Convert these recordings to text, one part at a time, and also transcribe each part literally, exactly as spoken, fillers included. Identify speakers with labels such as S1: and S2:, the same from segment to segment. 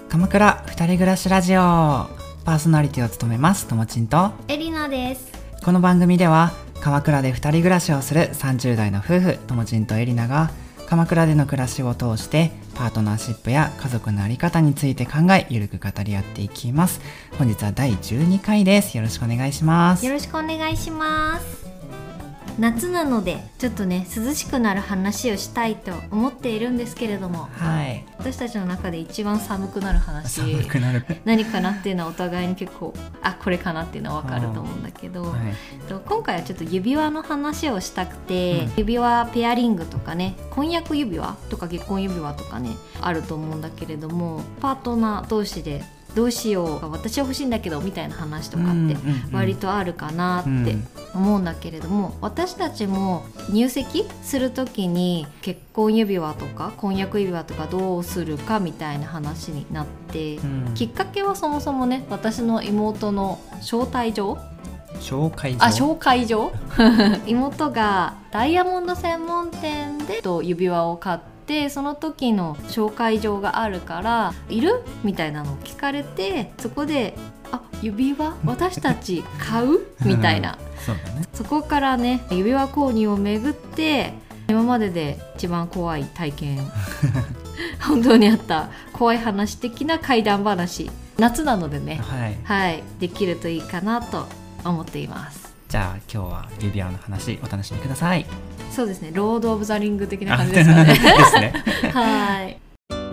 S1: 鎌倉二人暮らしラジオパーソナリティを務めますともちんと
S2: エリナです。
S1: この番組では鎌倉で二人暮らしをするさんじゅう代の夫婦ともちんとエリナが鎌倉での暮らしを通してパートナーシップや家族の在り方について考えゆるく語り合っていきます。本日はだいじゅうにかいです。よろしくお願いします。
S2: よろしくお願いします。夏なのでちょっとね涼しくなる話をしたいと思っているんですけれども、
S1: はい、
S2: 私たちの中で一番寒くなる話
S1: 寒くなる
S2: 何かなっていうのはお互いに結構あこれかなっていうのは分かると思うんだけど、はい、今回はちょっと指輪の話をしたくて、うん、指輪ペアリングとかね婚約指輪とか結婚指輪とかねあると思うんだけれども、パートナー同士でどうしよう私は欲しいんだけどみたいな話とかって割とあるかなって思うんだけれども、私たちも入籍するときに結婚指輪とか婚約指輪とかどうするかみたいな話になって、うん、きっかけはそもそもね私の妹の招待状
S1: 紹介状
S2: あ紹介状妹がダイヤモンド専門店で指輪を買ってでその時の紹介状があるからいるみたいなのを聞かれて、そこであ指輪私たち買うみたいな
S1: そうだね、
S2: そこからね指輪購入をめぐって今までで一番怖い体験本当にあった怖い話的な怪談話夏なのでね、はいはい、できるといいかなと思っています。
S1: じゃあ今日は指輪の話お楽しみください。
S2: そうですね、ロード・オブ・ザ・リング的な感じですかねですねはい。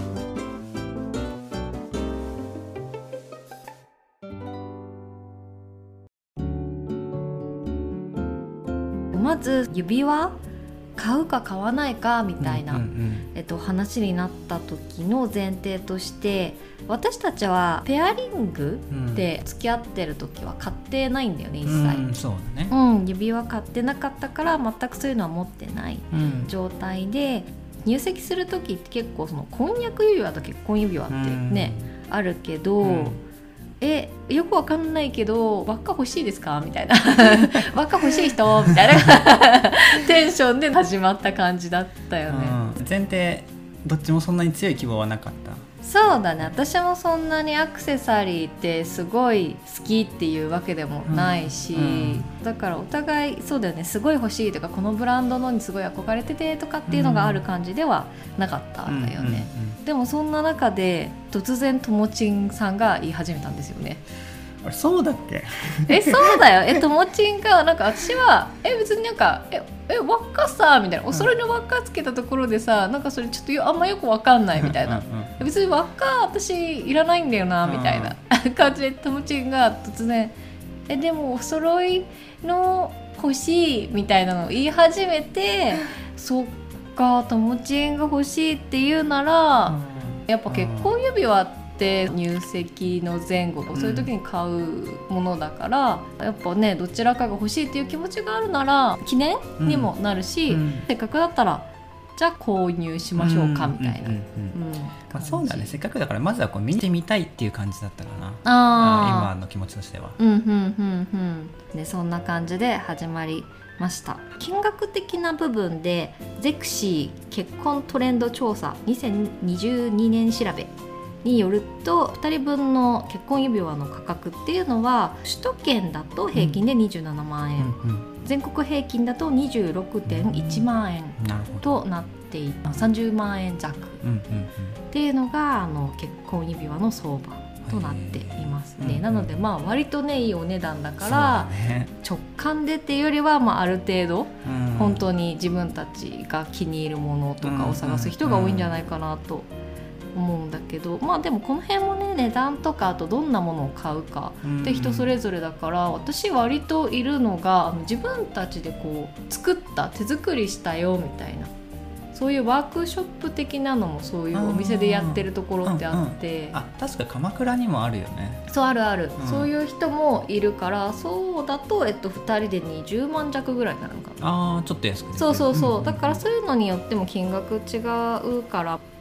S2: まず指輪買うか買わないかみたいな、うんうんうんえっと、話になった時の前提として私たちはペアリングで付き合ってる時は買ってないんだよね、うん、一切、
S1: うんそうだねうん、
S2: 指輪買ってなかったから全くそういうのは持ってない状態で、うん、入籍する時って結構その婚約指輪と結婚指輪ってね、うん、あるけど、うんえよくわかんないけど輪っか欲しいですかみたいな輪っか欲しい人みたいなテンションで始まった感じだったよね、
S1: うん、前提どっちもそんなに強い希望はなかった。
S2: そうだね、私もそんなにアクセサリーってすごい好きっていうわけでもないし、うんうん、だからお互いそうだよねすごい欲しいとかこのブランドのにすごい憧れててとかっていうのがある感じではなかったんだよね、うんうんうんうん、でもそんな中で突然ともちんさんが言い始めたんですよね。
S1: あれそうだっけ
S2: えそうだよえともちんがなんか私はえ別になんかええ輪っかさみたいなお揃いの輪っかつけたところでさ、うん、なんかそれちょっとよあんまよくわかんないみたいなうんうん、うん、別に輪っか私いらないんだよなみたいな、うん、感じでともちんが突然えでもお揃いの欲しいみたいなのを言い始めてそっかともちんが欲しいって言うなら、うん、やっぱ結婚指輪って入籍の前後とかそういう時に買うものだから、うん、やっぱねどちらかが欲しいっていう気持ちがあるなら記念にもなるし、うん、せっかくだったらじゃあ購入しましょうかみたいな。
S1: そうだね、せっかくだからまずはこう見てみたいっていう感じだったかなあ今の気持ちとしては、
S2: うんうんうんうん、でそんな感じで始まりました。金額的な部分でゼクシー結婚トレンド調査にせんにじゅうにねん調べによるとふたりぶんの結婚指輪の価格っていうのは首都圏だと平均でにじゅうななまんえん、うんうんうん、全国平均だと にじゅうろくてんいちまんえんとなっていたさんじゅうまんえん弱っていうのがあの結婚指輪の相場となっていますね。なのでまあ割とねいいお値段だから、ね、直感でっていうよりはまあある程度、うん、本当に自分たちが気に入るものとかを探す人が多いんじゃないかなと思うんだけど、まあでもこの辺もね値段とかあとどんなものを買うかって人それぞれだから、私割といるのが自分たちでこう作った手作りしたよみたいなそういうワークショップ的なのもそういうお店でやってるところってあって、
S1: うんうん、あ確か鎌倉にもあるよね。
S2: そうあるある、うん、そういう人もいるからそうだと、えっと、ふたりでにじゅうまん弱ぐらいになるのかな。
S1: あちょっと安くて
S2: そうそうそう、うんうん、だからそういうのによっても金額違うから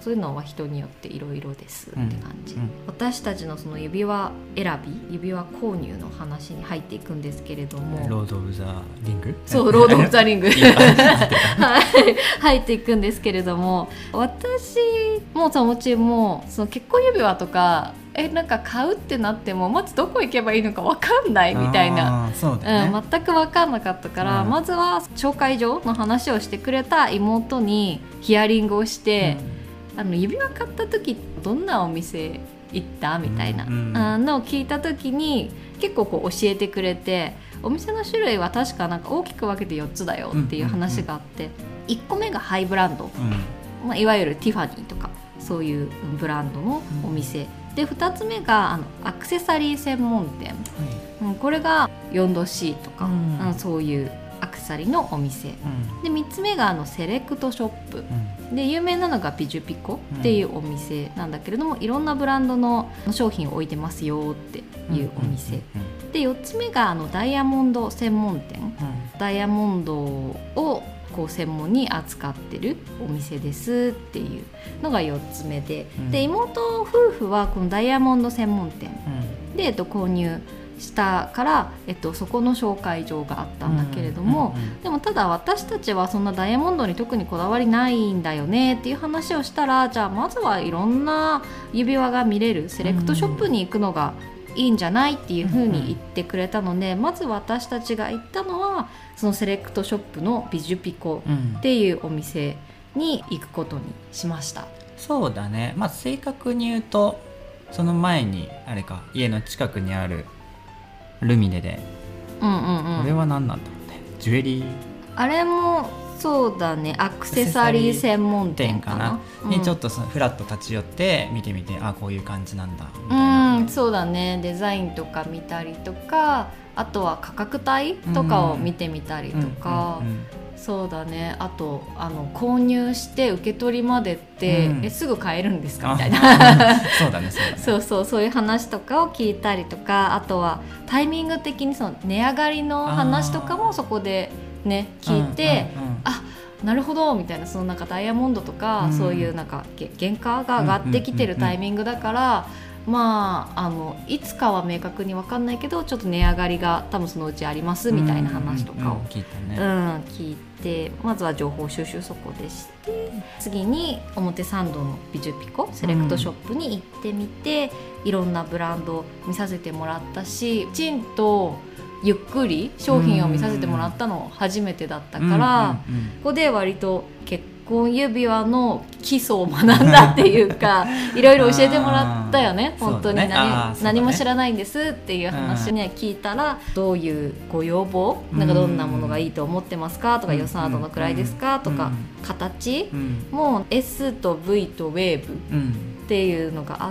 S2: そういうのは人によっていろいろですって感じ、
S1: うんうん、
S2: 私たちのその指輪選び指輪購入の話に入っていくんですけれども、
S1: ロード・オブ・ザ・リング
S2: そうロード・オブ・ザ・リングはい入っていくんですけれども、私もともちもその結婚指輪とかえなんか買うってなってもまずどこ行けばいいのか分かんないみたいな、
S1: そうだね、
S2: うん、全く分かんなかったから、うん、まずは紹介状の話をしてくれた妹にヒアリングをして、うん、あの指輪買った時どんなお店行ったみたいな、うんうん、のを聞いた時に結構こう教えてくれて、お店の種類は確かなんか大きく分けてよっつだよっていう話があって、うんうんうん、いっこめがハイブランド、うんまあ、いわゆるティファニーとかそういうブランドのお店、うんでふたつめがあのアクセサリー専門店、はいうん、これが よんどシー とか、うんうん、そういうアクセサリーのお店、うん、でみっつめがあのセレクトショップ、うん、で有名なのがビジュピコっていうお店なんだけれども、うん、いろんなブランドの商品を置いてますよっていうお店、うんうんうん、でよっつめがあのダイヤモンド専門店、うん、ダイヤモンドをこう専門に扱ってるお店ですっていうのがよっつめで、うん、で妹夫婦はこのダイヤモンド専門店で、えっと、購入したから、えっと、そこの紹介状があったんだけれども、うんうんうん、でもただ私たちはそんなダイヤモンドに特にこだわりないんだよねっていう話をしたら、じゃあまずはいろんな指輪が見れるセレクトショップに行くのがいいんじゃないっていう風に言ってくれたので、うんうん、まず私たちが行ったのはそのセレクトショップのビジュピコっていうお店に行くことにしました、うん、
S1: そうだね、まあ、正確に言うとその前にあれか家の近くにあるルミネで、うんうんうん、これは何なんだろうね、ジュエリーあ
S2: れもそうだね、アクセサリー専門店かな、
S1: うん、にちょっとそのフラッと立ち寄って見てみて、あこういう感じなんだみたいな、
S2: うん、そうだね、デザインとか見たりとか、あとは価格帯とかを見てみたりとか、うんうんうんうん、そうだね、あとあの購入して受け取りまでって、うん、えすぐ買えるんですかみたいな
S1: そうだねそうだね
S2: そうそう、そういう話とかを聞いたりとか、あとはタイミング的にその値上がりの話とかもそこでね聞いて、うんうんうん、あなるほどみたいな、そのなんかダイヤモンドとか、うん、そういうなんか原価が上がってきてるタイミングだから、うんうんうんうん、まあ、あのいつかは明確に分かんないけどちょっと値上がりが多分そのうちありますみたいな話とかを、うんうんうん、聞いたね、うん、聞いて、まずは情報収集そこでして、次に表参道のビジュピコセレクトショップに行ってみて、うん、いろんなブランド見させてもらったし、きちんとゆっくり商品を見させてもらったの初めてだったから、うんうんうん、ここで割と結婚指輪の基礎を学んだっていうかいろいろ教えてもらったよね本当に、ね、何, ね、何も知らないんですっていう話ね聞いたら、どういうご要望、なんかどんなものがいいと思ってますかとか、予算はどのくらいですかとか、形も エス と ブイ とウェーブっていうのがあって、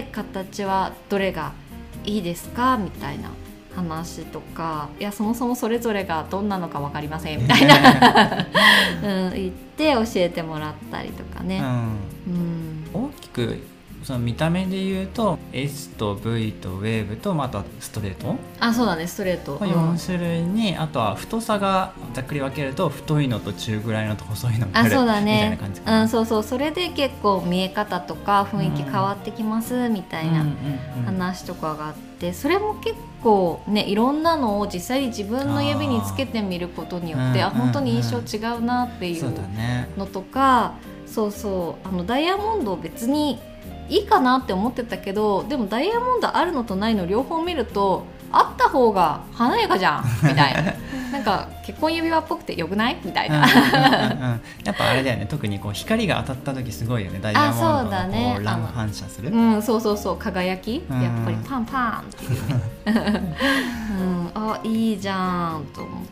S2: 形はどれがいいですかみたいな話とか、いやそもそもそれぞれがどんなのか分かりませんみたいな、うん、言って教えてもらったりとかね、うん
S1: うん、大きくその見た目で言うと エス と ブイ とウェーブと、まあ、あとはストレート、
S2: あそうだねストレート、
S1: よん種類に、あとは太さがざっくり分けると太いのと中ぐらいのと細いのがある、あそうだ、ね、みたいな感じかな、
S2: うん、そうそう、それで結構見え方とか雰囲気変わってきますみたいな話とかがあって、それも結構ねいろんなのを実際に自分の指につけてみることによって、あ、あ本当に印象違うなっていうのとか、そう、そう、あのダイヤモンド別にいいかなって思ってたけど、でもダイヤモンドあるのとないの両方見るとあった方が華やかじゃんみたいななんか結婚指輪っぽくてよくないみたいな
S1: うんうん、うん、やっぱあれだよね、特にこう光が当たった時すごいよね、ダイヤモンドのこう、ね、乱反射する、
S2: うん、そうそうそう、輝き、うん、やっぱりパンパンっていうね、うん、あいいじゃんと思って、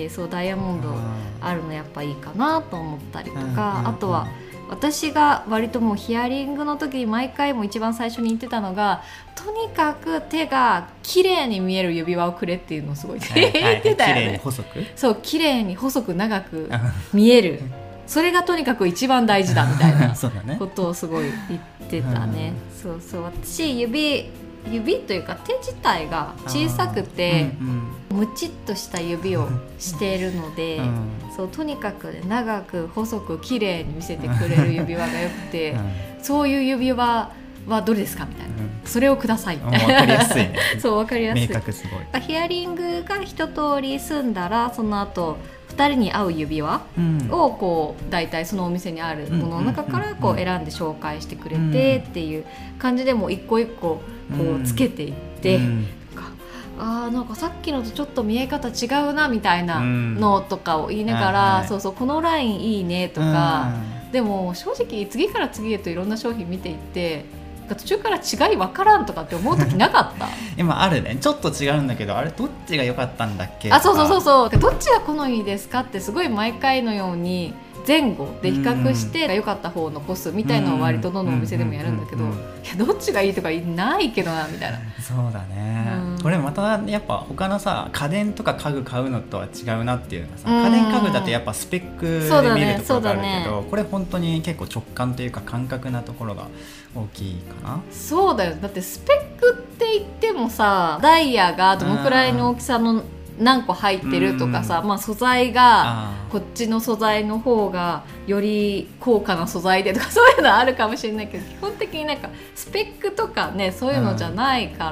S2: そうダイヤモンドあるのやっぱいいかなと思ったりとか、うんうんうん、あとは私が割ともうヒアリングの時に毎回も一番最初に言ってたのが、とにかく手が綺麗に見える指輪をくれっていうのをすごい言ってたよね。綺麗に細く、そう綺麗に細く長く見えるそれがとにかく一番大事だみたいなことをすごい言ってたねそうそう、私指指というか手自体が小さくて、
S1: うん
S2: ムチっとした指をしているので、
S1: うん
S2: そうとにかく、ね、長く細く綺麗に見せてくれる指輪がよくて、うん、そういう指輪はどれですかみたいな、うん、それをくださいみたいな。
S1: 分かりやすいね
S2: そう分かりやすい、
S1: 明確すごい。
S2: ヒアリングが一通り済んだら、その後ふたりに合う指輪をこう大体そのお店にあるものの中からこう選んで紹介してくれてっていう感じで、もう一個一個こうつけていって、うんうん、あーなんかさっきのとちょっと見え方違うなみたいなのとかを言いながら、うん、そうそうこのラインいいねとか、うん、でも正直次から次へといろんな商品見ていって途中から違い分からんとかって思う時なかった
S1: 今あるね、ちょっと違うんだけどあれどっちが良かったんだっけ。
S2: あそうそうそうそう、どっちが好みですかってすごい毎回のように前後で比較して良かった方を残すみたいなのを割とどのお店でもやるんだけど、いやどっちがいいとかないけどなみたいな。
S1: そうだね、うん、これまたやっぱ他のさ家電とか家具買うのとは違うなっていうのがさ、家電家具だとやっぱスペックで見るところがあるけど、ねね、これ本当に結構直感というか感覚なところが大きいかな。
S2: そうだよ、だってスペックって言ってもさダイヤがどのくらいの大きさの何個入ってるとかさ、まあ、素材がこっちの素材の方がより高価な素材でとかそういうのあるかもしれないけど、基本的になんかスペックとかねそういうのじゃないから、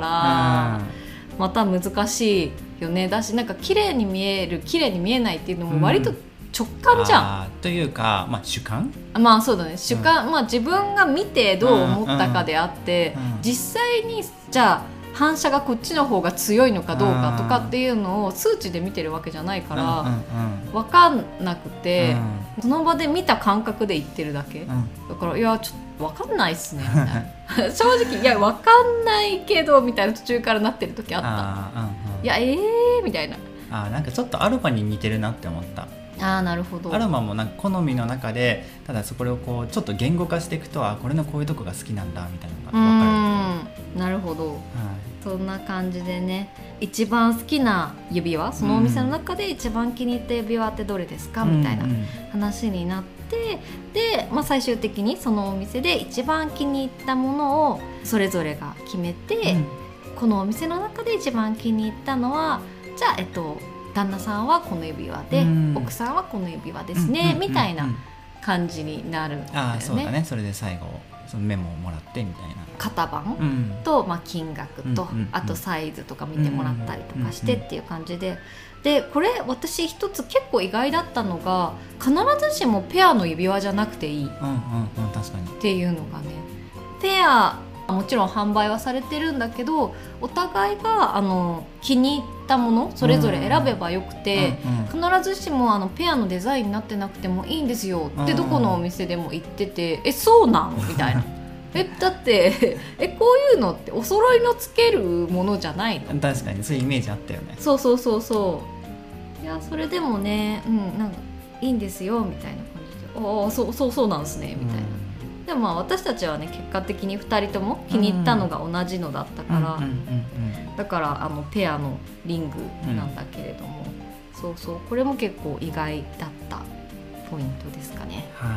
S2: また難しいよね。だしなんか綺麗に見える綺麗に見えないっていうのも割と直感じゃん、あ
S1: というか、まあ、主観
S2: まあそうだね主観、うんまあ、自分が見てどう思ったかであって、うんうん、実際にじゃあ反射がこっちの方が強いのかどうかとかっていうのを数値で見てるわけじゃないから、うんうんうん、分かんなくて、うん、その場で見た感覚で言ってるだけ、うん、だからいやちょっと分かんないっすねみたいな正直いや分かんないけどみたいな途中からなってる時あったあ、うんうん、いやえーみたいな
S1: あなんかちょっとアルファに似てるなって思った。
S2: あなるほど。
S1: アロマもなんか好みの中でただそこをこうちょっと言語化していくとあこれのこういうとこが好きなんだみたいなのが分かる。
S2: うんなるほど、はい、そんな感じでね一番好きな指輪そのお店の中で一番気に入った指輪ってどれですか、うん、みたいな話になってで、まあ、最終的にそのお店で一番気に入ったものをそれぞれが決めて、うん、このお店の中で一番気に入ったのはじゃあえっと旦那さんはこの指輪で、うん、奥さんはこの指輪ですね、うんうんうんうん、みたいな感じになるんだよね。
S1: あそうだね。それで最後そのメモをもらってみたいな
S2: 型番と、うんまあ、金額と、うんうんうん、あとサイズとか見てもらったりとかしてっていう感じで、でこれ私一つ結構意外だったのが必ずしもペアの指輪じゃなくていいっていうのがね、ペアもちろん販売はされてるんだけどお互いがあの気に入ったものそれぞれ選べばよくて、うんうん、必ずしもあのペアのデザインになってなくてもいいんですよってどこのお店でも言っててえそうなんみたいなえだってえこういうのってお揃いのつけるものじゃないの。
S1: 確かにそういうイメージあったよね。
S2: そうそうそうそういやそれでもね、うん、なんかいいんですよみたいな感じでああそうそうそうなんですねみたいな、うん、でもまあ私たちはね結果的にふたりとも気に入ったのが同じのだったから、だからあのペアのリングなんだけれども、うん、そうそうこれも結構意外だったポイントですかね。
S1: はい、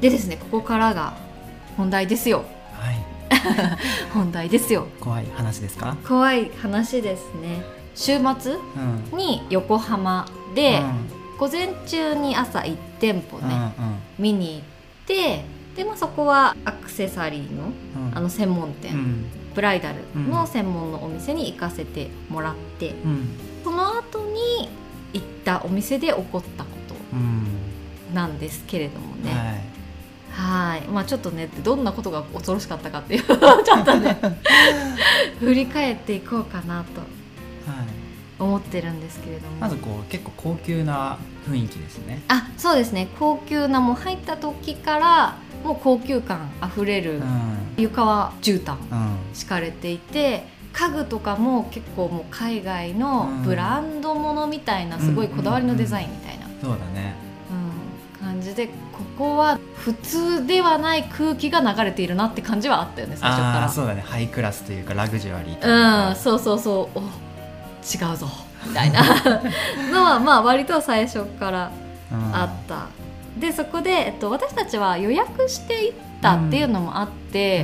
S2: でですねここからが本題ですよ。
S1: はい
S2: 本題ですよ。
S1: 怖い話ですか。
S2: 怖い話ですね。週末に横浜で、うん、午前中に朝いち店舗ね、うんうん、見に行ってで、まあ、そこはアクセサリーの、うん、あの専門店、うん、ブライダルの専門のお店に行かせてもらって、うん、その後に行ったお店で起こったことなんですけれどもね、はいはいまあ、ちょっとねどんなことが恐ろしかったかっていうのをちょっとね振り返っていこうかなと思ってるんですけれども、
S1: まずこう結構高級な雰囲気ですね。
S2: あそうですね高級なもう入った時からもう高級感あふれる、うん、床は絨毯敷かれていて、うん、家具とかも結構もう海外のブランドものみたいなすごいこだわりのデザインみたいな、
S1: うんうんうん、そうだね、
S2: うん、感じでここは普通ではない空気が流れているなって感じはあったよね最初から。
S1: あそうだねハイクラスというかラグジュアリーというか、
S2: うん、そうそうそうお違うぞみたいなのはまあ割と最初からあった、うん、でそこで、えっと、私たちは予約していったっていうのもあって、うん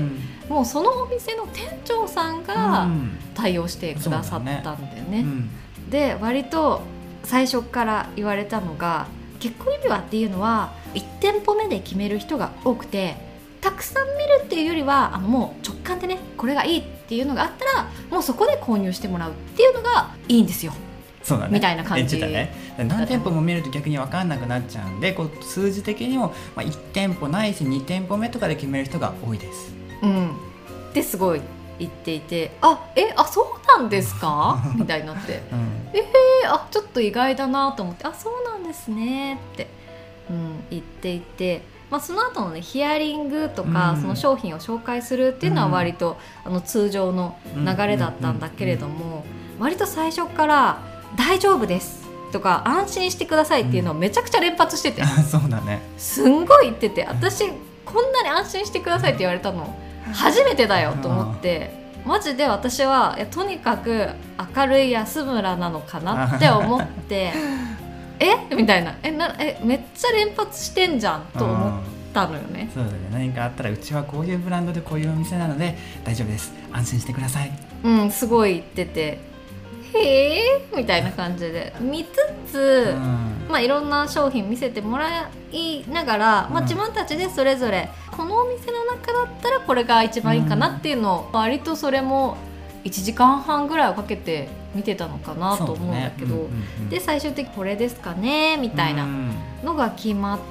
S2: もうそのお店の店長さんが対応してくださったんだよね、うん、で割と最初から言われたのが、結婚指輪っていうのはいち店舗目で決める人が多くて、たくさん見るっていうよりはあのもう直感でねこれがいいっていうのがあったらもうそこで購入してもらうっていうのがいいんですよ。
S1: そうだね、
S2: みたいな感じ、
S1: ね、何店舗も見ると逆に分かんなくなっちゃうんで、こう数字的にも、まあ、いち店舗ないしに店舗目とかで決める人が多いです。
S2: うんってすごい言っていて、あえあそうなんですかみたいになって、うん、えー、あちょっと意外だなと思って、あそうなんですねって、うん、言っていて、まあ、その後のねヒアリングとか、うん、その商品を紹介するっていうのは割と、うん、あの通常の流れだったんだけれども、割と最初から大丈夫ですとか安心してくださいっていうのをめちゃくちゃ連発してて、うん、
S1: そうだね、
S2: すんごい言ってて、私こんなに安心してくださいって言われたの初めてだよと思って、マジで私はいやとにかく明るい安村なのかなって思ってえみたいな、えなえめっちゃ連発してんじゃんと思ったのよね。
S1: そうだね、何かあったらうちはこういうブランドでこういうお店なので大丈夫です、安心してください、
S2: うんすごい言ってて、へえみたいな感じで見つつ、うん、まあ、いろんな商品見せてもらいながら、まあ、自分たちでそれぞれこのお店の中だったらこれが一番いいかなっていうのを、うん、割とそれもいちじかんはんぐらいをかけて見てたのかなと思うんだけど、ね、うんうんうん、で最終的にこれですかねみたいなのが決まって、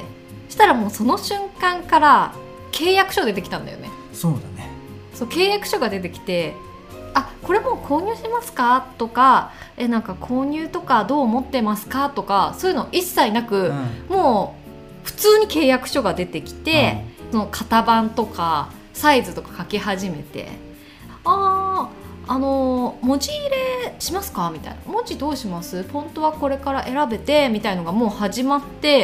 S2: したらもうその瞬間から契約書出てきたんだよね。
S1: そうだね、
S2: そう契約書が出てきて、あこれもう購入しますかとか、えなんか購入とかどう思ってますかとかそういうの一切なく、うん、もう普通に契約書が出てきて、うん、その型番とかサイズとか書き始めて、あーあのー、文字入れしますかみたいな、文字どうします、フォントはこれから選べてみたいのがもう始まって、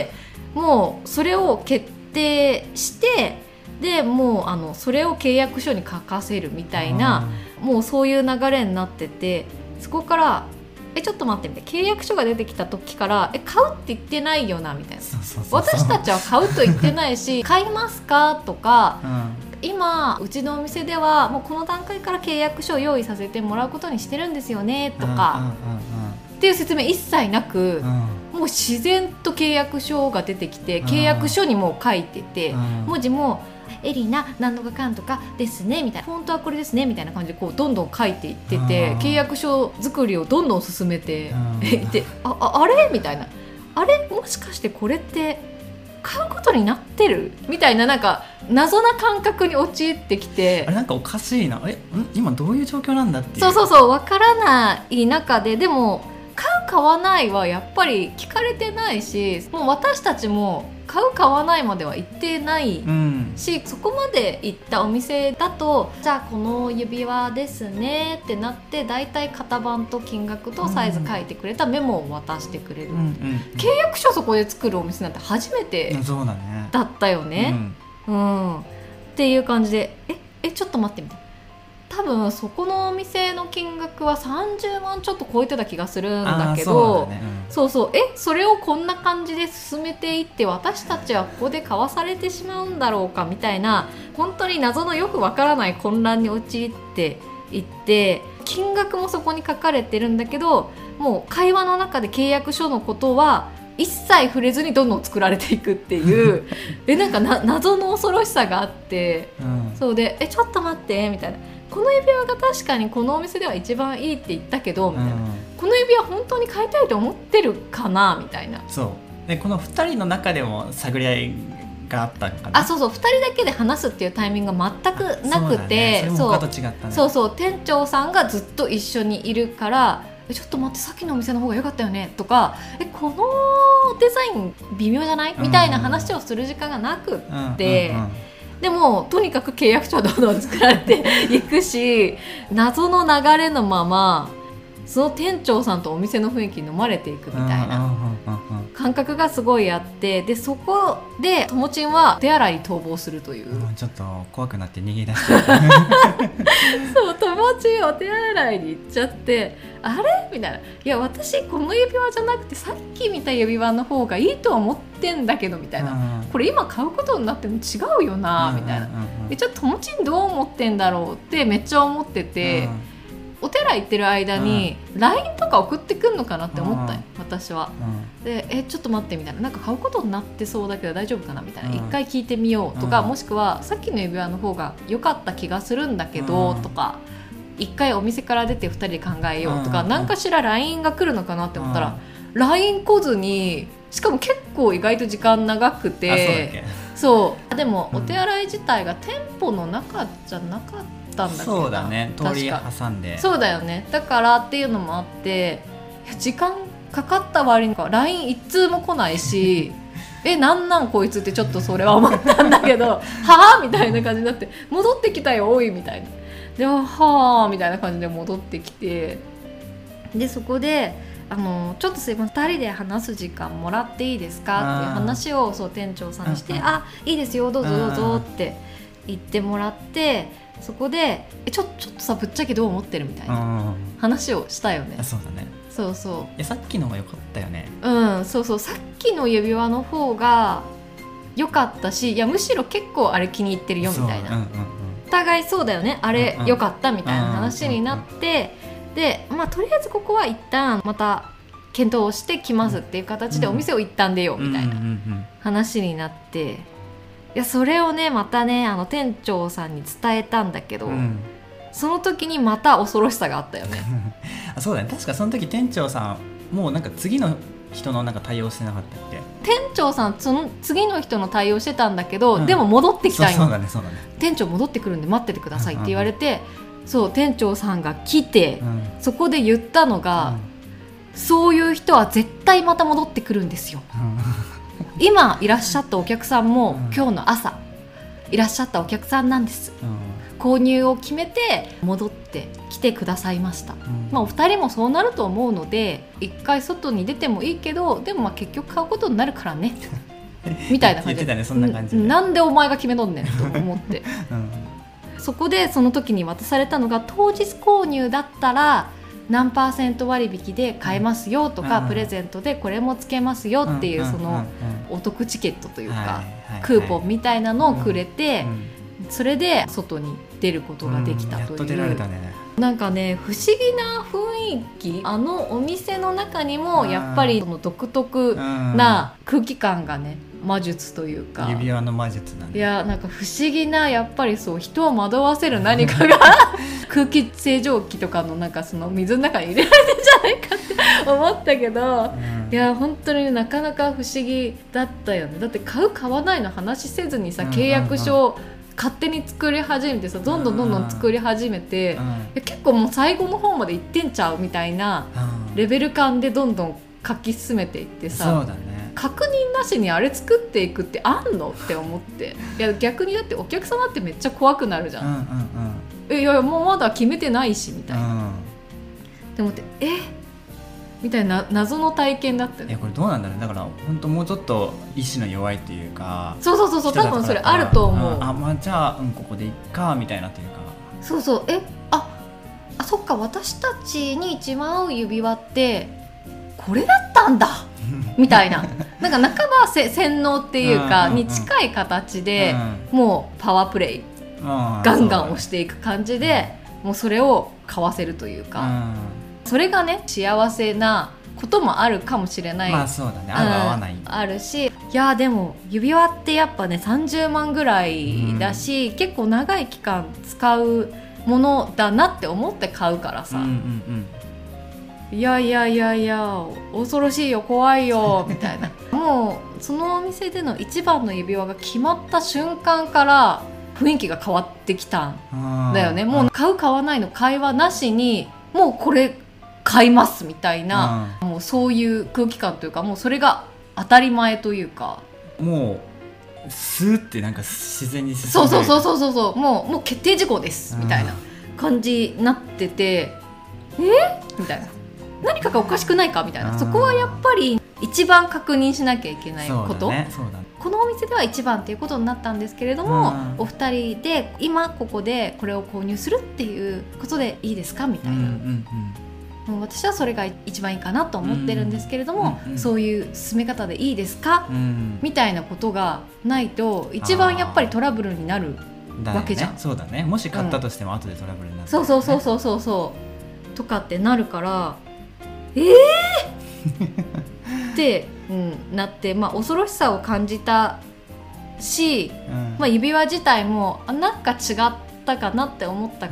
S2: もうそれを決定して、でもうあのそれを契約書に書かせるみたいな、もうそういう流れになってて、そこからえちょっと待ってみたいな、契約書が出てきた時からえ買うって言ってないよなみたいな、そうそうそうそう、私たちは買うと言ってないし買いますかとか、うん、今うちのお店ではもうこの段階から契約書を用意させてもらうことにしてるんですよねとか、うんうんうんうん、っていう説明一切なく、うん、もう自然と契約書が出てきて、契約書にも書いてて、うん、文字もエリナ何とかかんとかですねみたいな、フォントはこれですねみたいな感じでこうどんどん書いていってて、契約書作りをどんどん進めていって、あ, あ, あれみたいな、あれもしかしてこれって買うことになってるみたいな、なんか謎な感覚に陥ってきて、
S1: あれなんかおかしいな、えん今どういう状況なんだっていう、
S2: そうそうそう分からない中で、でも買う買わないはやっぱり聞かれてないし、もう私たちも買う買わないまでは言ってないし、うん、そこまで行ったお店だとじゃあこの指輪ですねってなって、だいたい型番と金額とサイズ書いてくれたメモを渡してくれる、うんうんうん、契約書そこで作るお店なんて初めてだったよね、うんうん、っていう感じで、ええちょっと待ってみて、多分そこのお店の金額はさんじゅうまんちょっと超えてた気がするんだけど、そうね、うん、そうそう、えそれをこんな感じで進めていって私たちはここで買わされてしまうんだろうかみたいな、本当に謎のよくわからない混乱に陥っていって、金額もそこに書かれてるんだけど、もう会話の中で契約書のことは一切触れずにどんどん作られていくっていうえなんかな謎の恐ろしさがあって、うん、そうでえちょっと待ってみたいな、この指輪が確かにこのお店では一番いいって言ったけどみたいな、うん、この指輪本当に買いたいと思ってるかなみたいな、
S1: そうでこのふたりの中でも探り合いがあったのかな、
S2: あそうそうふたりだけで話すっていうタイミングが全くなくて、
S1: そうだね、それも他と違ったね、
S2: そうそう店長さんがずっと一緒にいるから、えちょっと待ってさっきのお店の方が良かったよねとか、えこのデザイン微妙じゃないみたいな話をする時間がなくって、うんうんうん、でもとにかく契約書はどんどん作られていくし謎の流れのままその店長さんとお店の雰囲気に飲まれていくみたいな感覚がすごいあって、でそこでともちんは手洗いに逃亡するという、
S1: うん、ちょっと怖くなって逃げ出して
S2: そうともちんお手洗いに行っちゃって、あれみたいな、いや私この指輪じゃなくてさっき見た指輪の方がいいとは思ってんだけどみたいな、うん、これ今買うことになっても違うよなみたいな、でちょっとともちんどう思ってんだろうってめっちゃ思ってて、うん、お寺行ってる間に ライン とか送ってくんのかなって思ったよ、うん、私は、うん、でえちょっと待ってみたいな、なんか買うことになってそうだけど大丈夫かなみたいな、一、うん、回聞いてみようとか、うん、もしくはさっきの指輪の方が良かった気がするんだけど、うん、とか一回お店から出てふたりで考えようとか、うん、何かしら ライン が来るのかなって思ったら、うん、ライン 来ずに、しかも結構意外と時間長くて、そうでもお手洗い自体が店舗の中じゃなかったんだけど、
S1: そうだね、通り挟んで、
S2: そうだよね、だからっていうのもあって、時間かかった割にか ライン 一通も来ないしえなんなんこいつってちょっとそれは思ったんだけどはぁみたいな感じになって、戻ってきたよおいみたいな、ではぁみたいな感じで戻ってきて、でそこであのちょっとすいませんふたりで話す時間もらっていいですかっていう話をそう店長さんにして、うんうん、あいいですよどうぞどうぞって言ってもらって、そこでえちょ、ちょっとさぶっちゃけどう思ってるみたいな話をしたよね。
S1: そうだね、
S2: そうそう、
S1: いやさっきの方が良かったよね。
S2: うんそうそう、さっきの指輪の方が良かったし、いやむしろ結構あれ気に入ってるよみたいな、うんうんうん、お互いそうだよねあれ良かったみたいな話になって、でまあとりあえずここは一旦また検討をしてきますっていう形でお店を一旦出ようみたいな話になって、いやそれをねまたねあの店長さんに伝えたんだけど、うん、その時にまた恐ろしさがあったよね
S1: あそうだね、確かその時店長さんもうなんか次の人のなんか対応してなかったっけ。
S2: 店長さんその次の人の対応してたんだけど、うん、でも戻ってきたんよ。
S1: そうだねそうだね、
S2: 店長戻ってくるんで待っててくださいって言われて、うんうん、そう店長さんが来て、うん、そこで言ったのが、うん、そういう人は絶対また戻ってくるんですよ、うん、今いらっしゃったお客さんも、うん、今日の朝いらっしゃったお客さんなんです、うん、購入を決めて戻ってきてくださいました、うんまあ、お二人もそうなると思うので一回外に出てもいいけどでもまあ結局買うことになるからねみたいな感じで言ってたね、そんな感じで、なんでお前が決めとんねんと思って、うんそこでその時に渡されたのが、当日購入だったら何パーセント割引で買えますよとか、うん、プレゼントでこれもつけますよっていう、そのお得チケットというか、クーポンみたいなのをくれて、それで外に出ることができたという、うん、やっと出られたね。なんかね不思議な雰囲気、あのお店の中にもやっぱりその独特な空気感がね、魔術というか
S1: 指輪の魔術なんで、
S2: いやなんか不思議な、やっぱりそう人を惑わせる何かが空気清浄機とかのなんかその水の中に入れられてんじゃないかって思ったけど、うん、いや本当になかなか不思議だったよね。だって買う買わないの話せずにさ、契約書を勝手に作り始めてさ、どんどんどんどん作り始めて、うん、いや結構もう最後の方までいってんちゃうみたいなレベル感でどんどん書き進めていってさ、
S1: そうだね、
S2: 確認なしにあれ作っていくってあんのって思って、いや逆にだってお客様ってめっちゃ怖くなるじゃん、うんうんうん、えいやもうまだ決めてないしみたいな、うん、でもってえみたいな謎の体験だったね。
S1: いやこれどうなんだろう、だから本当もうちょっと意志の弱いというか、
S2: そうそうそうそう、多分それあると思う、うん、
S1: あまあじゃあ、うん、ここでいっかみたいなというか、
S2: そうそう、えああそっか私たちに一番合う指輪ってこれだったんだみたいな、なんか半ばせ洗脳っていうかに近い形で、もうパワープレイガンガン押していく感じで、もうそれを買わせるというか、それがね幸せなこともあるかもしれない、
S1: まあそうだね、合う合わない、
S2: あるし、いやでも指輪ってやっぱねさんじゅうまんぐらいだし、うん、結構長い期間使うものだなって思って買うからさ、うんうんうん、いやいやいやいや恐ろしいよ怖いよみたいなもうそのお店での一番の指輪が決まった瞬間から雰囲気が変わってきたんだよね。もう買う買わないの会話なしにもうこれ買いますみたいな、もうそういう空気感というか、もうそれが当たり前というか、
S1: もうスーってなんか自然に進んで、
S2: そうそうそうそうそうもうもう決定事項ですみたいな感じになってて、えみたいな、何かがおかしくないかみたいな、そこはやっぱり一一番確認しなきゃいけないこと、
S1: そうだね、そうだね、
S2: このお店ではいちばんっていうことになったんですけれども、
S1: うん、
S2: お二人で今ここでこれを購入するっていうことでいいですかみたいな、
S1: うんうんうん、
S2: もう私はそれが一番いいかなと思ってるんですけれども、
S1: うんうん、
S2: そういう進め方でいいですか、うん、みたいなことがないと一番やっぱりトラブルになるわけじゃん、
S1: ね、そうだね、もし買ったとしても後でトラブルになる、ね、
S2: そうそうそうそうそうそうとかってなるからえーって、うん、なって、まあ、恐ろしさを感じたし、うん、まあ、指輪自体もあなんか違ったかなって思ったから、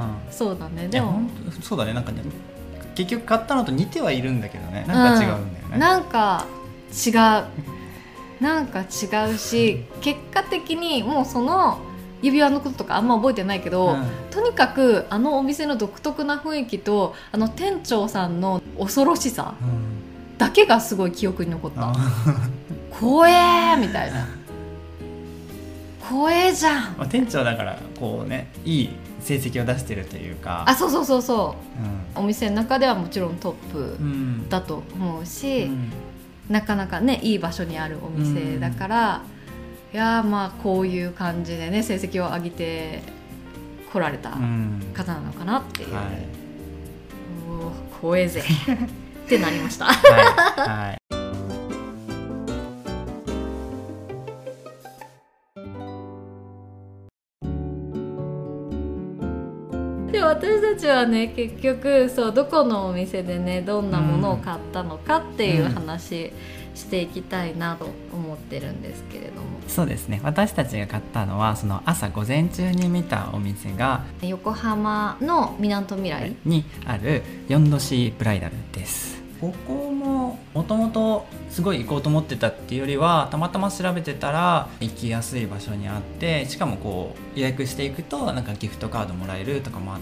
S2: そうだね、でも
S1: そうだね、なんかね、結局買ったのと似てはいるんだけどね、なんか違うんだよね、うん、
S2: なんか違うなんか違うし、結果的にもうその指輪のこととかあんま覚えてないけど、うん、とにかくあのお店の独特な雰囲気とあの店長さんの恐ろしさだけがすごい記憶に残った、うん、怖えーみたいな怖えじゃん、
S1: まあ、店長だからこうね、いい成績を出してるというか、
S2: あ、そうそうそうそう、うん、お店の中ではもちろんトップだと思うし、うん、なかなかねいい場所にあるお店だから、うん、いやまあこういう感じでね成績を上げて来られた方なのかなっていう、うん、はい、お怖えぜってなりましたはい、はい、で私たちはね結局そうどこのお店でねどんなものを買ったのかっていう話していきたいなと思ってるんですけれども、
S1: そうですね、私たちが買ったのはその朝午前中に見たお店が
S2: 横浜のみなとみらい
S1: にあるよんどしブライダルです。ここももともとすごい行こうと思ってたっていうよりはたまたま調べてたら行きやすい場所にあって、しかもこう予約していくとなんかギフトカードもらえるとかもあって、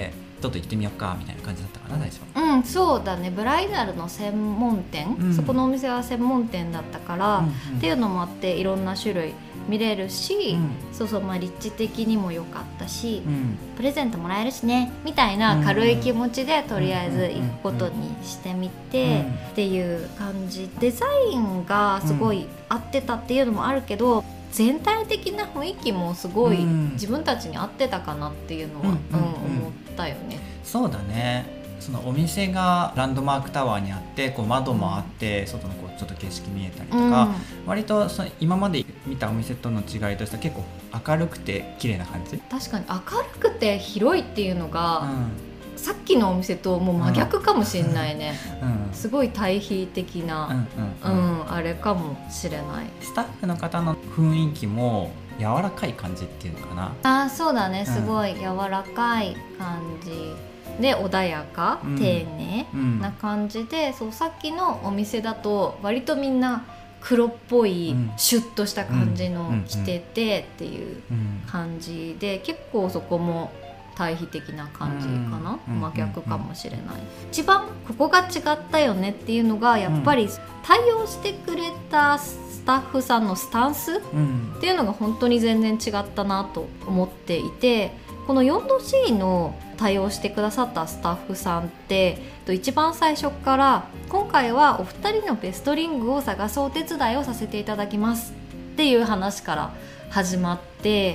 S1: ちょっと行ってみようかみたいな感じだったかな、最初。
S2: うん、そうだね、ブライダルの専門店、うん、そこのお店は専門店だったから、うんうん、っていうのもあっていろんな種類見れるし、うん、そうそう、まあ、立地的にも良かったし、うん、プレゼントもらえるしねみたいな軽い気持ちでとりあえず行くことにしてみてっていう感じ、デザインがすごい合ってたっていうのもあるけど、全体的な雰囲気もすごい自分たちに合ってたかなっていうのは、うんうんうん、思ったよね。
S1: そうだね、そのお店がランドマークタワーにあってこう窓もあって、うん、外のこうちょっと景色見えたりとか、うん、割とその今まで見たお店との違いとしては結構明るくて綺麗な感じ。確
S2: かに明るくて広いっていうのが、うん、さっきのお店ともう真逆かもしれないね、うん、すごい対比的な、うんうんうんうん、あれかもしれない。
S1: スタッフの方の雰囲気も柔らかい感じっていうのかな。
S2: あ、そうだね、すごい柔らかい感じで穏やか、うん、丁寧な感じで、うん、そうさっきのお店だと割とみんな黒っぽい、うん、シュッとした感じの着ててっていう感じで、結構そこも対比的な感じかな、うん、真逆かもしれない、うん、一番ここが違ったよねっていうのがやっぱり対応してくれたスタッフさんのスタンスっていうのが本当に全然違ったなと思っていて、この よんどシー の対応してくださったスタッフさんって一番最初から今回はお二人のベストリングを探すお手伝いをさせていただきますっていう話から始まって、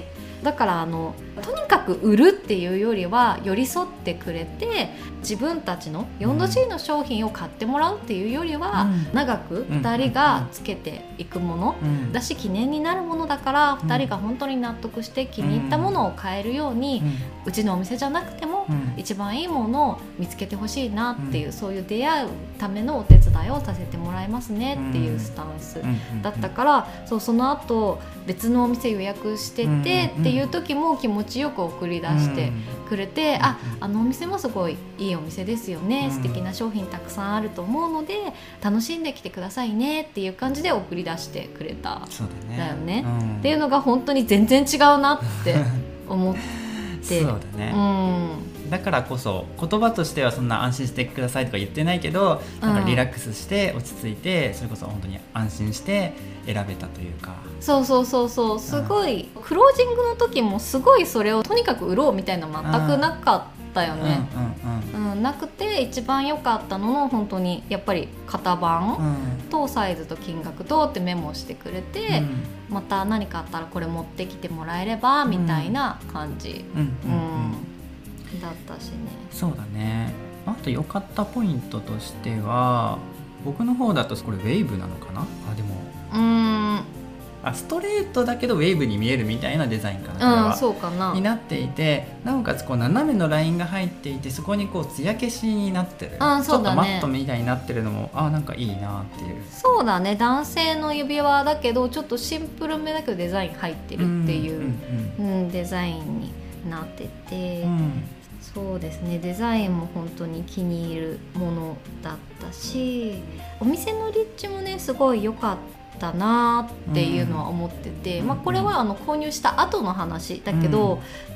S2: だからあのとにかく売るっていうよりは寄り添ってくれて自分たちの よんどシー の商品を買ってもらうっていうよりは、うん、長くふたりがつけていくもの、うん、だし記念になるものだからふたりが本当に納得して気に入ったものを買えるように、うん、うちのお店じゃなくても、うん、一番いいものを見つけてほしいなっていう、うん、そういう出会うためのお手伝いをさせてもらいますねっていうスタンスだったから、そうその後別のお店予約しててっていう時も気持ちよく送り出してくれて、うん、あ、あのお店もすごいいいお店ですよね、うん、素敵な商品たくさんあると思うので楽しんできてくださいねっていう感じで送り出してくれた。
S1: そうだね、
S2: だよね、うん、っていうのが本当に全然違うなって思って
S1: そうだね、うん、だからこそ言葉としてはそんな安心してくださいとか言ってないけど、なんかリラックスして落ち着いて、それこそ本当に安心して選べたというか、
S2: そうそうそうそう、すごいクロージングの時もすごいそれをとにかく売ろうみたいな全くなかっったよね、うんうんうん、なくて一番良かったのの本当にやっぱり型番とサイズと金額とってメモしてくれて、うん、また何かあったらこれ持ってきてもらえればみたいな感じ、うんうんうんうん、だったしね。
S1: そうだね。あと良かったポイントとしては僕の方だとこれウェーブなのかな。あでも
S2: うーん
S1: あストレートだけどウェーブに見えるみたいなデザインかな、これは、
S2: うん、そうかな
S1: になっていて、なおかつこう斜めのラインが入っていてそこにこう艶消しになってる、
S2: あそうだね、
S1: ちょっとマットみたいになってるのもあなんかいいなっていう。
S2: そうだね、男性の指輪だけどちょっとシンプルめだけどデザイン入ってるっていう、うんうんうん、デザインになってて、うん、そうですね、デザインも本当に気に入るものだったし、お店の立地もねすごい良かったなっていうのは思ってて、うんまあ、これはあの購入した後の話だけど、うん、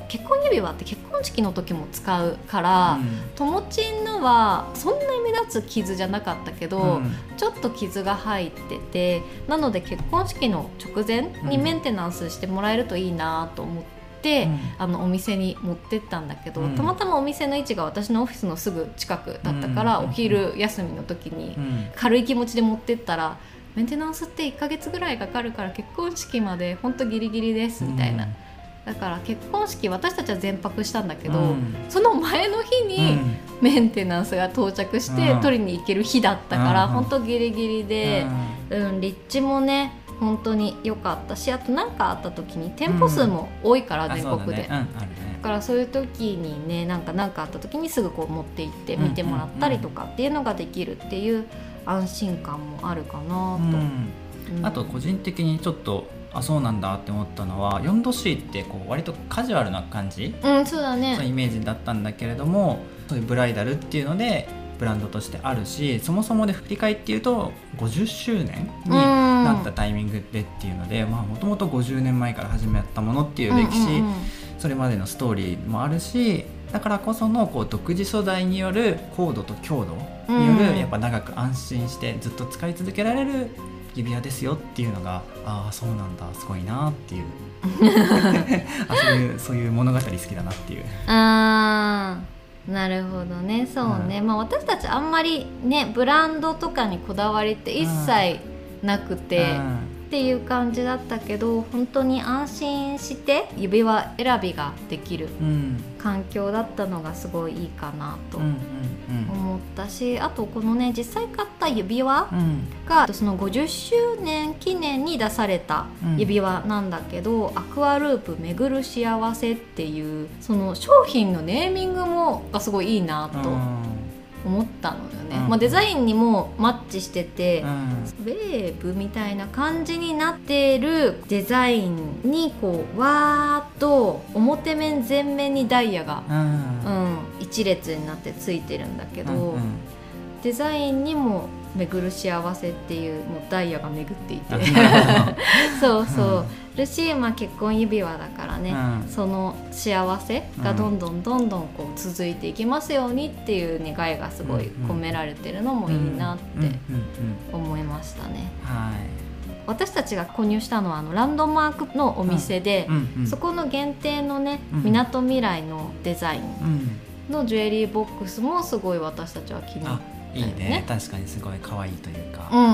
S2: 結婚指輪って結婚式の時も使うから、うん、ともちんのはそんなに目立つ傷じゃなかったけど、うん、ちょっと傷が入ってて、なので結婚式の直前にメンテナンスしてもらえるといいなと思って、うん、あのお店に持ってったんだけど、うん、たまたまお店の位置が私のオフィスのすぐ近くだったから、うん、お昼休みの時に軽い気持ちで持ってったら、メンテナンスっていっかげつぐらいかかるから結婚式までほんとギリギリですみたいな、うん、だから結婚式私たちは全泊したんだけど、うん、その前の日にメンテナンスが到着して取りに行ける日だったから、うん、ほんとギリギリで、うんうん、立地もね本当に良かったし、あと何かあった時に店舗数も多いから、うん、全国で、だねうん、だからそういう時にねなんか何かあった時にすぐこう持って行って見てもらったりとかっていうのができるっていう安心感もあるかなと、うん
S1: うん、あと個人的にちょっとあそうなんだって思ったのは フォードシー ってこう割とカジュアルな感じ、
S2: うん、そうだね、
S1: そういうイメージだったんだけれども、そういうブライダルっていうのでブランドとしてあるし、そもそもで振り返っていうとごじゅっしゅうねんになったタイミングでっていうので、もともとごじゅうねんまえから始めたものっていう歴史、うんうんうん、それまでのストーリーもあるし、だからこそのこう独自素材による高度と強度による、うん、やっぱ長く安心してずっと使い続けられる指輪ですよっていうのが、ああそうなんだすごいなっていうあそういうそういう物語好きだなっていう。
S2: あーなるほどね、そうね、うんまあ、私たちあんまりねブランドとかにこだわりって一切なくて、うん、っていう感じだったけど、本当に安心して指輪選びができる環境だったのがすごいいいかなと思ったし、あとこのね実際買った指輪がそのごじゅっしゅうねん記念に出された指輪なんだけど、うん、アクアループ巡る幸せっていうその商品のネーミングもがすごいいいなと思ったのよね、うんまあ、デザインにもマッチしてて、うん、ウェーブみたいな感じになってるデザインにこうわーっと表面全面にダイヤが、うんうん、一列になってついてるんだけど、うんうん、デザインにも巡る幸せっていうもうダイヤが巡っていてそうそう、うん、し、まあ、結婚指輪だからね、うん、その幸せがどんどんどんどんこう続いていきますようにっていう願いがすごい込められてるのもいいなって思いましたね。私たちが購入したのはあのランドマークのお店で、うんうんうん、そこの限定のねみなとみらいのデザインのジュエリーボックスもすごい私たちは気に入った。
S1: いいね、確かにすごい可愛いというか、
S2: うんうんうん、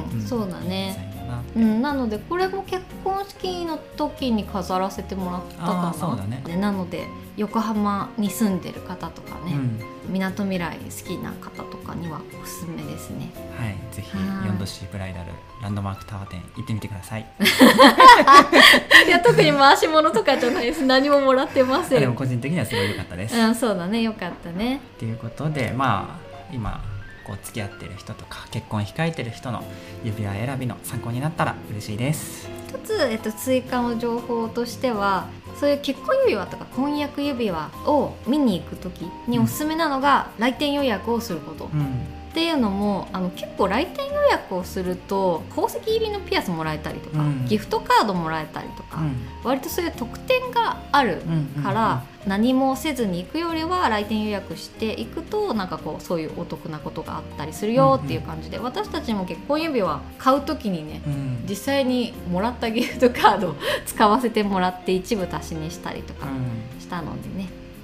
S2: うん、そうだね。うん、なのでこれも結婚式の時に飾らせてもらったかな。
S1: そうだね。
S2: なので横浜に住んでる方とかね、みなとみらい好きな方とかにはおすすめですね。
S1: はい、ぜひ フォードシー ブライダルランドマークタワー店行ってみてください。
S2: いや特に回し物とかじゃないです。何ももらってません。
S1: でも個人的にはすごい良かったです。
S2: うん、そうだね、良かったね。
S1: ということで、まあ今こう付き合ってる人とか結婚控えてる人の指輪選びの参考になったら嬉しいです。
S2: 一つ、えっと、追加の情報としては、そういう結婚指輪とか婚約指輪を見に行く時におすすめなのが来店予約をすること、うん、っていうのもあの結構来店予約をすると宝石入りのピアスもらえたりとか、うん、ギフトカードもらえたりとか、うん、割とそういう特典があるから、うんうんうん、何もせずに行くよりは来店予約していくとなんかこうそういうお得なことがあったりするよっていう感じで、うんうん、私たちも結婚指輪買う時にね、うん、実際にもらったギフトカードを使わせてもらって一部足しにしたりとかしたのでね、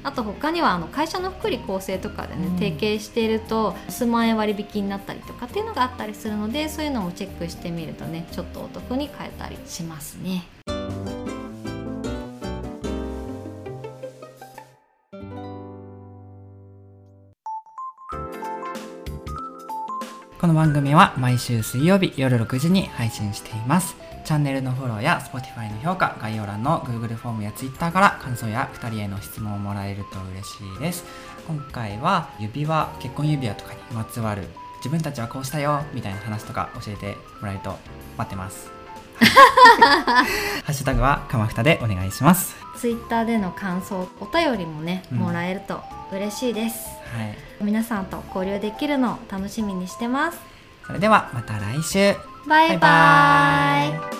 S2: あと他にはあの会社の福利厚生とかでね、
S1: うん、
S2: 提携していると数万円割引になったりとかっていうのがあったりするので、そういうのもチェックしてみるとね、ちょっとお得に買えたりしますね。
S1: この番組は毎週水曜日夜ろくじに配信しています。チャンネルのフォローや Spotify の評価、概要欄の Google フォームや Twitter から感想やふたりへの質問をもらえると嬉しいです。今回は指輪、結婚指輪とかにまつわる自分たちはこうしたよみたいな話とか教えてもらえると待ってます。ハッシュタグはかまふたでお願いします。
S2: Twitter での感想、お便りもね、
S1: うん、も
S2: らえると嬉しいです。
S1: はい、
S2: 皆さんと交流できるのを楽しみにしてます。
S1: それではまた来週。
S2: バイバイ。